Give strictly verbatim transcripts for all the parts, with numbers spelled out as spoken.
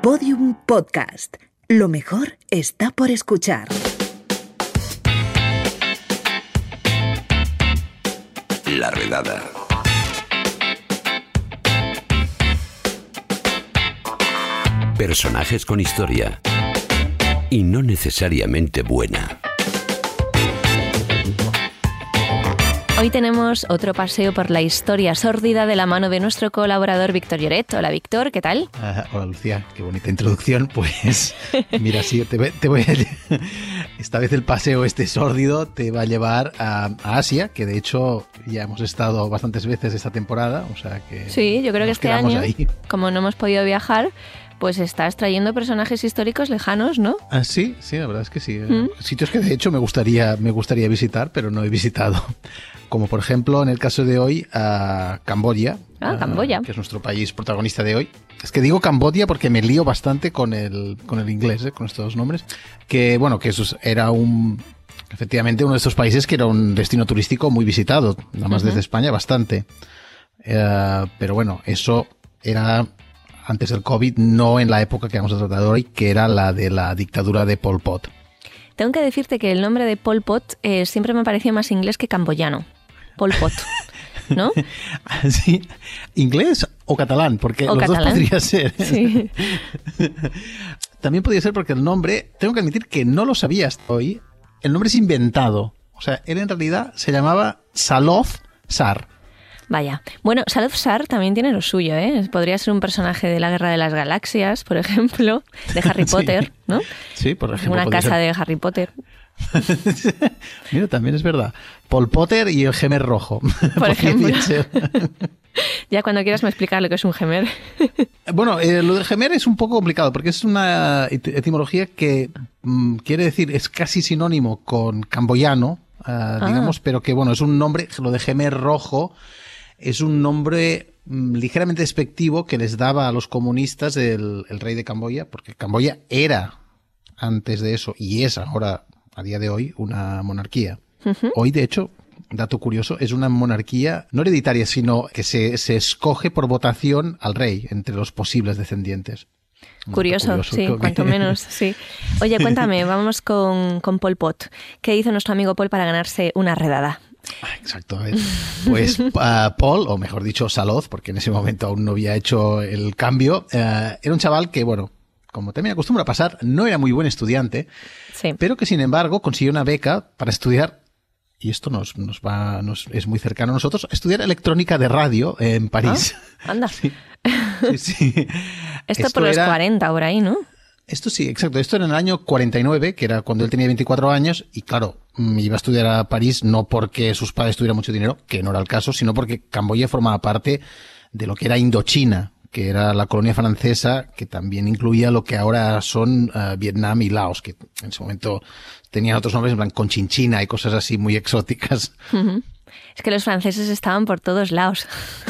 Podium Podcast. Lo mejor está por escuchar. La Redada. Personajes con historia. Y no necesariamente buena. Hoy tenemos otro paseo por la historia sórdida de la mano de nuestro colaborador Víctor Lloret. Hola Víctor, ¿qué tal? Uh, hola Lucía, qué bonita introducción. Pues mira, sí, te, te voy a... Esta vez el paseo este sórdido te va a llevar a, a Asia, que de hecho ya hemos estado bastantes veces esta temporada. O sea que sí, yo creo que este año, ahí. Como no hemos podido viajar, pues estás trayendo personajes históricos lejanos, ¿no? Ah, sí, sí, la verdad es que sí. ¿Mm? Sitios que de hecho me gustaría, me gustaría visitar, pero no he visitado. Como por ejemplo, en el caso de hoy, a Camboya. Ah, Camboya. Que es nuestro país protagonista de hoy. Es que digo Camboya porque me lío bastante con el, con el inglés, ¿eh? Con estos dos nombres. Que, bueno, que eso era un... Efectivamente, uno de estos países que era un destino turístico muy visitado. Nada más uh-huh. desde España, bastante. Uh, pero bueno, eso era... antes del COVID, no en la época que vamos a tratar hoy, que era la de la dictadura de Pol Pot. Tengo que decirte que el nombre de Pol Pot eh, siempre me parecía más inglés que camboyano. Pol Pot, ¿no? Sí, inglés o catalán, porque o los catalán. dos podría ser. Sí. También podría ser porque el nombre, tengo que admitir que no lo sabía hasta hoy, el nombre es inventado. O sea, él en realidad se llamaba Saloth Sar. Vaya. Bueno, Saloth Sar también tiene lo suyo, ¿eh? Podría ser un personaje de la Guerra de las Galaxias, por ejemplo, de Harry Potter, sí. ¿no? Sí, por ejemplo. Una casa ser... de Harry Potter. Mira, también es verdad. Pol Potter y el Gemer rojo. Por ejemplo. Ya cuando quieras me explicar lo que es un Gemer. Bueno, eh, lo del Gemer es un poco complicado porque es una etimología que mmm, quiere decir, es casi sinónimo con camboyano, uh, ah. digamos, pero que bueno, es un nombre, lo de Gemer rojo es un nombre mmm, ligeramente despectivo que les daba a los comunistas el, el rey de Camboya, porque Camboya era antes de eso y es ahora, a día de hoy, una monarquía. Uh-huh. Hoy, de hecho, dato curioso, es una monarquía no hereditaria, sino que se, se escoge por votación al rey entre los posibles descendientes. Curioso, curioso sí, cuanto que... menos, sí. Oye, cuéntame, vamos con, con Pol Pot. ¿Qué hizo nuestro amigo Pol para ganarse una redada? Exacto. Pues uh, Pol, o mejor dicho Saloth, porque en ese momento aún no había hecho el cambio, uh, era un chaval que, bueno, como también acostumbra a pasar, no era muy buen estudiante, sí. pero que sin embargo consiguió una beca para estudiar, y esto nos, nos va, nos, es muy cercano a nosotros, estudiar electrónica de radio en París. ¿Ah? Anda. Sí, sí, sí. Esto, esto por los era... cuarenta, por ahí, ¿no? Esto sí, exacto. Esto era en el año cuarenta y nueve, que era cuando él tenía veinticuatro años, y claro, iba a estudiar a París no porque sus padres tuvieran mucho dinero, que no era el caso, sino porque Camboya formaba parte de lo que era Indochina, que era la colonia francesa, que también incluía lo que ahora son uh, Vietnam y Laos, que en ese momento tenían otros nombres, en plan Conchinchina y cosas así muy exóticas. Uh-huh. Es que los franceses estaban por todos lados.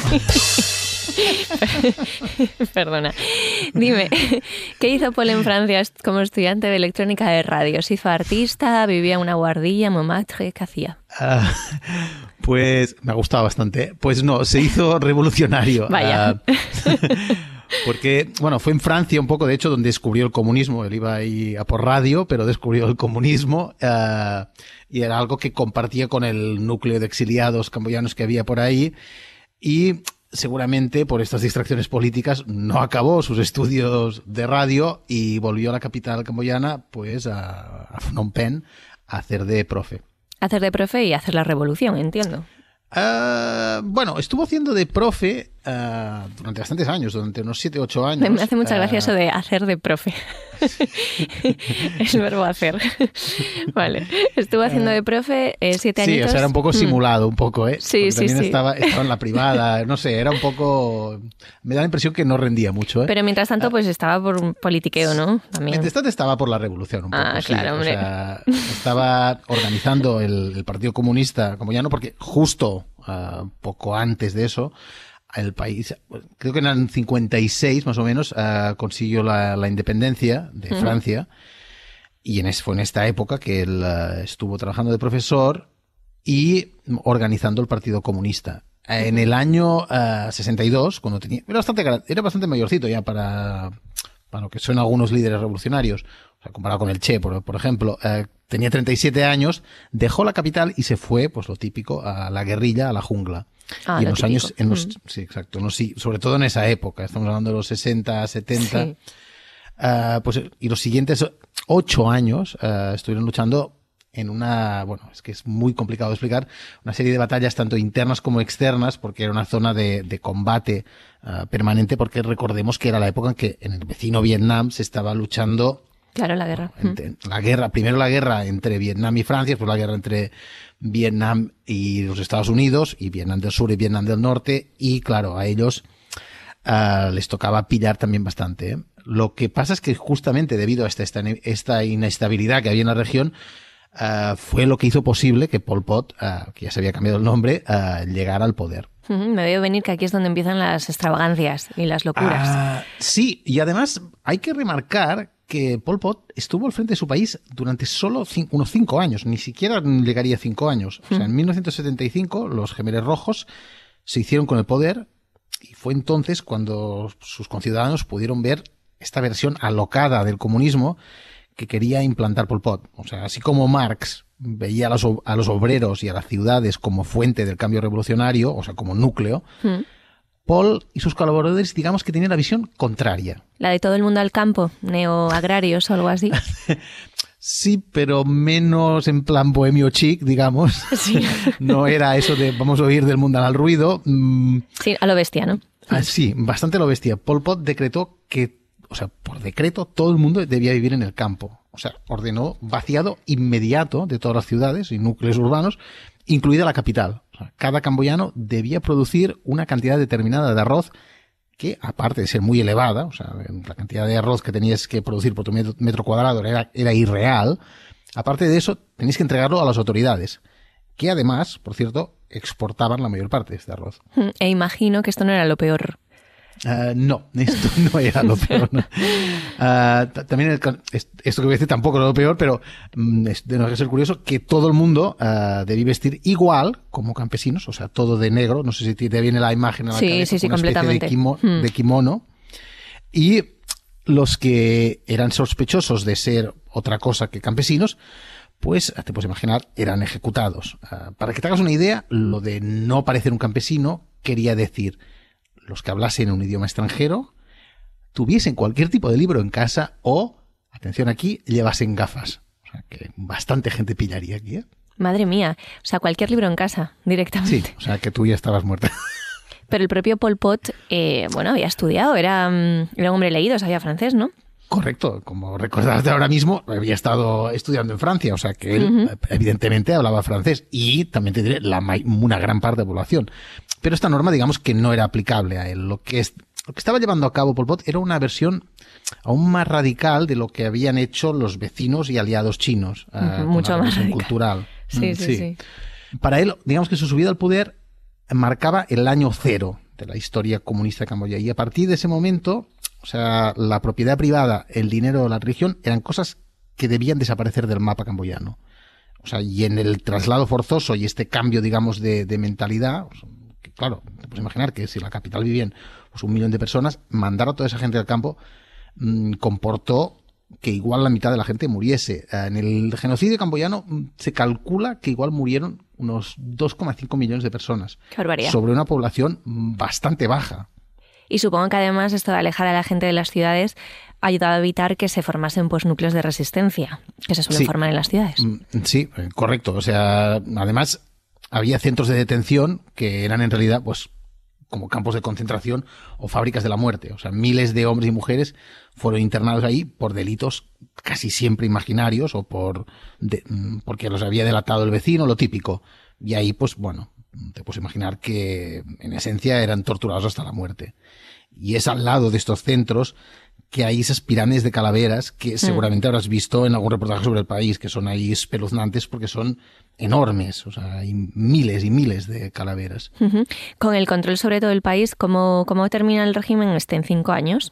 Perdona. Dime, ¿qué hizo Pol en Francia como estudiante de electrónica de radio? ¿Se hizo artista? ¿Vivía en una guardilla? ¿Montmartre? ¿Qué hacía? Uh, pues me ha gustado bastante. Pues no, se hizo revolucionario. Vaya. Uh, porque, bueno, fue en Francia un poco, de hecho, donde descubrió el comunismo. Él iba ahí a por radio, pero descubrió el comunismo. Uh, y era algo que compartía con el núcleo de exiliados camboyanos que había por ahí. Y seguramente por estas distracciones políticas no acabó sus estudios de radio y volvió a la capital camboyana, pues a, a Phnom Penh, a hacer de profe. Hacer de profe y hacer la revolución, entiendo. Uh, bueno, estuvo haciendo de profe uh, durante bastantes años, durante unos siete u ocho años. Me hace mucha uh, gracia eso de hacer de profe. El verbo hacer. Vale. Estuvo haciendo de profe eh, siete años. Sí, o sea, era un poco simulado, mm. un poco, ¿eh? Sí, Porque sí, también sí. Estaba, estaba en la privada, no sé, era un poco... Me da la impresión que no rendía mucho, ¿eh? Pero mientras tanto, pues estaba por un politiqueo, ¿no? También. Mientras tanto estaba por la revolución un poco, ah, sí. Claro, hombre. O sea, estaba organizando el, el Partido Comunista camboyano porque justo uh, poco antes de eso el país, creo que en el cincuenta y seis más o menos, uh, consiguió la, la independencia de uh-huh. Francia, y en es, fue en esta época que él uh, estuvo trabajando de profesor y organizando el Partido Comunista. Uh, uh-huh. En el año uh, sesenta y dos, cuando tenía, era bastante, era bastante mayorcito ya para, para lo que son algunos líderes revolucionarios, o sea, comparado con el Che, por, por ejemplo, eh, tenía treinta y siete años, dejó la capital y se fue, pues lo típico, a la guerrilla, a la jungla. Ah, y en lo los típico. años, en los, Mm. sí, exacto, no, sí, sobre todo en esa época, estamos hablando de los sesenta, setenta, Sí. uh, pues, y los siguientes ocho años uh, estuvieron luchando en una, bueno, es que es muy complicado de explicar, una serie de batallas tanto internas como externas, porque era una zona de, de combate uh, permanente, porque recordemos que era la época en que en el vecino Vietnam se estaba luchando Claro, la guerra. entre- la guerra, primero la guerra entre Vietnam y Francia, después la guerra entre Vietnam y los Estados Unidos, y Vietnam del Sur y Vietnam del Norte, y claro, a ellos uh, les tocaba pillar también bastante, ¿eh? Lo que pasa es que justamente debido a esta, esta, esta inestabilidad que había en la región, uh, fue lo que hizo posible que Pol Pot, uh, que ya se había cambiado el nombre, uh, llegara al poder. Ujú, me veo venir que aquí es donde empiezan las extravagancias y las locuras. Ah, sí, y además hay que remarcar que Pol Pot estuvo al frente de su país durante solo cin- unos cinco años, ni siquiera llegaría a cinco años. O sea, en mil novecientos setenta y cinco los Jemeres Rojos se hicieron con el poder y fue entonces cuando sus conciudadanos pudieron ver esta versión alocada del comunismo que quería implantar Pol Pot. O sea, así como Marx veía a los, ob- a los obreros y a las ciudades como fuente del cambio revolucionario, o sea, como núcleo, Mm. Paul y sus colaboradores, digamos que tenían la visión contraria. La de todo el mundo al campo, neoagrarios o algo así. Sí, pero menos en plan bohemio chic, digamos. Sí. No era eso de vamos a oír del mundo al ruido. Mm, Sí, a lo bestia, ¿no? ah, sí, bastante lo bestia. Pol Pot decretó que, o sea, por decreto, todo el mundo debía vivir en el campo. O sea, ordenó vaciado inmediato de todas las ciudades y núcleos urbanos, incluida la capital. O sea, cada camboyano debía producir una cantidad determinada de arroz que, aparte de ser muy elevada, o sea, la cantidad de arroz que tenías que producir por tu metro, metro cuadrado era, era irreal, aparte de eso, tenías que entregarlo a las autoridades, que además, por cierto, exportaban la mayor parte de este arroz. Mm, E imagino que esto no era lo peor. Uh, no, esto no era lo peor. ¿no? Uh, t- también el, esto que voy a decir tampoco era lo peor, pero um, es, de no ser curioso que todo el mundo uh, debía vestir igual como campesinos, o sea, todo de negro. No sé si te viene la imagen a la Sí, cabeza, sí, sí, una especie completamente. de, kimo- Hmm. de kimono. Y los que eran sospechosos de ser otra cosa que campesinos, pues te puedes imaginar, eran ejecutados. Uh, para que te hagas una idea, lo de no parecer un campesino quería decir los que hablasen un idioma extranjero, tuviesen cualquier tipo de libro en casa o, atención aquí, llevasen gafas. O sea, que bastante gente pillaría aquí, ¿eh? Madre mía. O sea, cualquier libro en casa, directamente. Sí, o sea, que tú ya estabas muerta. Pero el propio Pol Pot, eh, bueno, había estudiado, era, mm, era un hombre leído, sabía francés, ¿no? Correcto, como recordaste ahora mismo, había estado estudiando en Francia, o sea que él uh-huh. evidentemente hablaba francés y también te diré la, una gran parte de la población. Pero esta norma, digamos que no era aplicable a él. Lo que, es, lo que estaba llevando a cabo Pol Pot era una versión aún más radical de lo que habían hecho los vecinos y aliados chinos. Uh-huh, uh, mucho más radical. Cultural. Sí, mm, sí, sí, sí. Para él, digamos que su subida al poder marcaba el año cero de la historia comunista de Camboya. Y a partir de ese momento, o sea, la propiedad privada, el dinero, la religión, eran cosas que debían desaparecer del mapa camboyano. O sea, y en el traslado forzoso y este cambio, digamos, de, de mentalidad, que, claro, te puedes imaginar que si la capital vivían pues, un millón de personas, mandar a toda esa gente al campo mmm, comportó que igual la mitad de la gente muriese. En el genocidio camboyano mmm, se calcula que igual murieron unos dos coma cinco millones de personas. Qué barbaridad. Sobre una población bastante baja. Y supongo que además esto de alejar a la gente de las ciudades ha ayudado a evitar que se formasen pues, núcleos de resistencia que se suelen sí. formar en las ciudades. Sí, correcto. O sea, además había centros de detención que eran en realidad pues como campos de concentración o fábricas de la muerte. O sea, miles de hombres y mujeres fueron internados ahí por delitos casi siempre imaginarios o por de, porque los había delatado el vecino, lo típico. Y ahí, pues bueno, te puedes imaginar que en esencia eran torturados hasta la muerte. Y es al lado de estos centros que hay esas pirámides de calaveras que seguramente habrás visto en algún reportaje sobre el país, que son ahí espeluznantes porque son enormes, o sea, hay miles y miles de calaveras. Uh-huh. Con el control sobre todo el país, ¿cómo, cómo termina el régimen este en cinco años?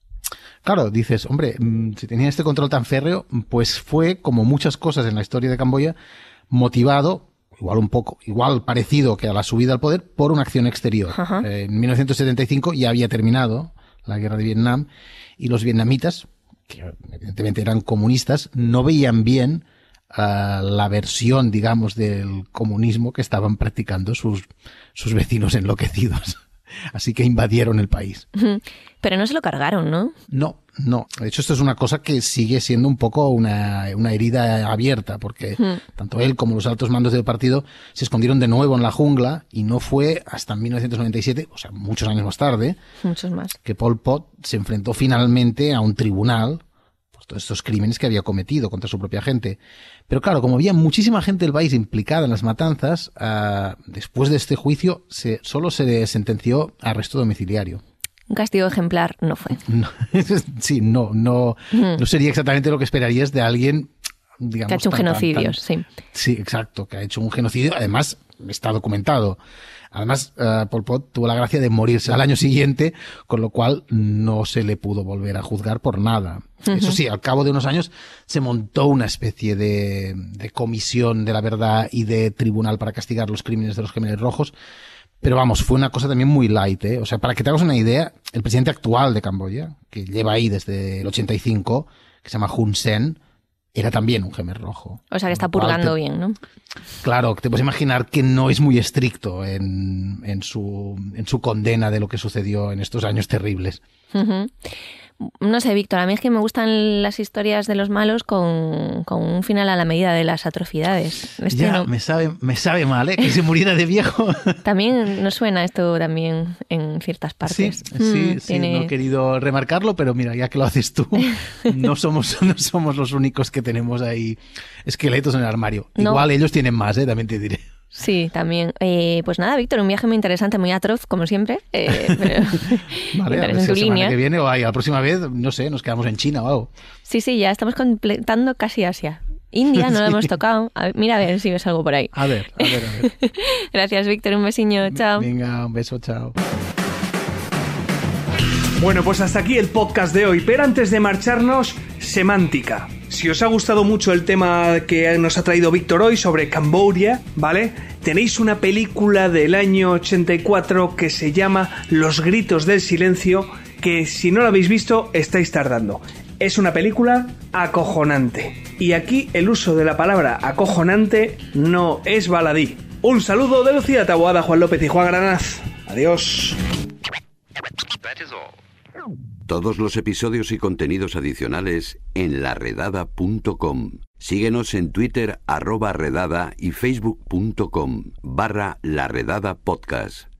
Claro, dices, hombre, si tenía este control tan férreo, pues fue, como muchas cosas en la historia de Camboya, motivado, igual un poco, igual parecido que a la subida al poder, por una acción exterior. Uh-huh. Eh, en mil novecientos setenta y cinco ya había terminado la guerra de Vietnam, y los vietnamitas, que evidentemente eran comunistas, no veían bien uh, la versión, digamos, del comunismo que estaban practicando sus, sus vecinos enloquecidos. Así que invadieron el país. Pero no se lo cargaron, ¿no? No, no. De hecho, esto es una cosa que sigue siendo un poco una, una herida abierta, porque mm. tanto él como los altos mandos del partido se escondieron de nuevo en la jungla, y no fue hasta mil novecientos noventa y siete, o sea, muchos años más tarde, muchos más, que Pol Pot se enfrentó finalmente a un tribunal por todos estos crímenes que había cometido contra su propia gente. Pero claro, como había muchísima gente del país implicada en las matanzas, uh, después de este juicio se, solo se le sentenció a arresto domiciliario. Un castigo ejemplar no fue. No, sí, no, no, mm. no sería exactamente lo que esperarías de alguien, digamos, que ha hecho un tan, genocidio, tan, tan, sí. Sí, exacto, que ha hecho un genocidio. Además, está documentado. Además, uh, Pol Pot tuvo la gracia de morirse al año siguiente, con lo cual no se le pudo volver a juzgar por nada. Uh-huh. Eso sí, al cabo de unos años se montó una especie de, de comisión de la verdad y de tribunal para castigar los crímenes de los Gemeres Rojos. Pero vamos, fue una cosa también muy light, ¿eh? O sea, para que te hagas una idea, el presidente actual de Camboya, que lleva ahí desde el ochenta y cinco, que se llama Hun Sen, era también un Khmer rojo. O sea, que está purgando te, bien, ¿no? Claro, te puedes imaginar que no es muy estricto en, en, su, en su condena de lo que sucedió en estos años terribles. Uh-huh. No sé, Víctor, a mí es que me gustan las historias de los malos con, con un final a la medida de las atrocidades. Este ya, no... me, sabe, me sabe mal, ¿eh? Que se muriera de viejo. También nos suena esto también en ciertas partes. Sí, sí, mm, sí tiene... no he querido remarcarlo, pero mira, ya que lo haces tú, no somos, no somos los únicos que tenemos ahí esqueletos en el armario. No. Igual ellos tienen más, ¿eh? También te diré. Sí, también. Eh, pues nada, Víctor, un viaje muy interesante, muy atroz, como siempre. Eh, pero vale, a ver si la semana que viene o ay, la próxima vez, no sé, nos quedamos en China o algo. Sí, sí, ya estamos completando casi Asia. India no sí. lo hemos tocado. A ver, mira a ver si ves algo por ahí. A ver, a ver, a ver. Gracias, Víctor, un besiño, chao. Venga, un beso, chao. Bueno, pues hasta aquí el podcast de hoy, pero antes de marcharnos, semántica. Si os ha gustado mucho el tema que nos ha traído Víctor hoy sobre Camboya, ¿vale? Tenéis una película del año ochenta y cuatro que se llama Los gritos del silencio, que si no la habéis visto, estáis tardando. Es una película acojonante. Y aquí el uso de la palabra acojonante no es baladí. Un saludo de Lucía Taboada, Juan López y Juan Granaz. Adiós. Todos los episodios y contenidos adicionales en la redada punto com. Síguenos en Twitter, arroba redada y facebook punto com barra la redada podcast.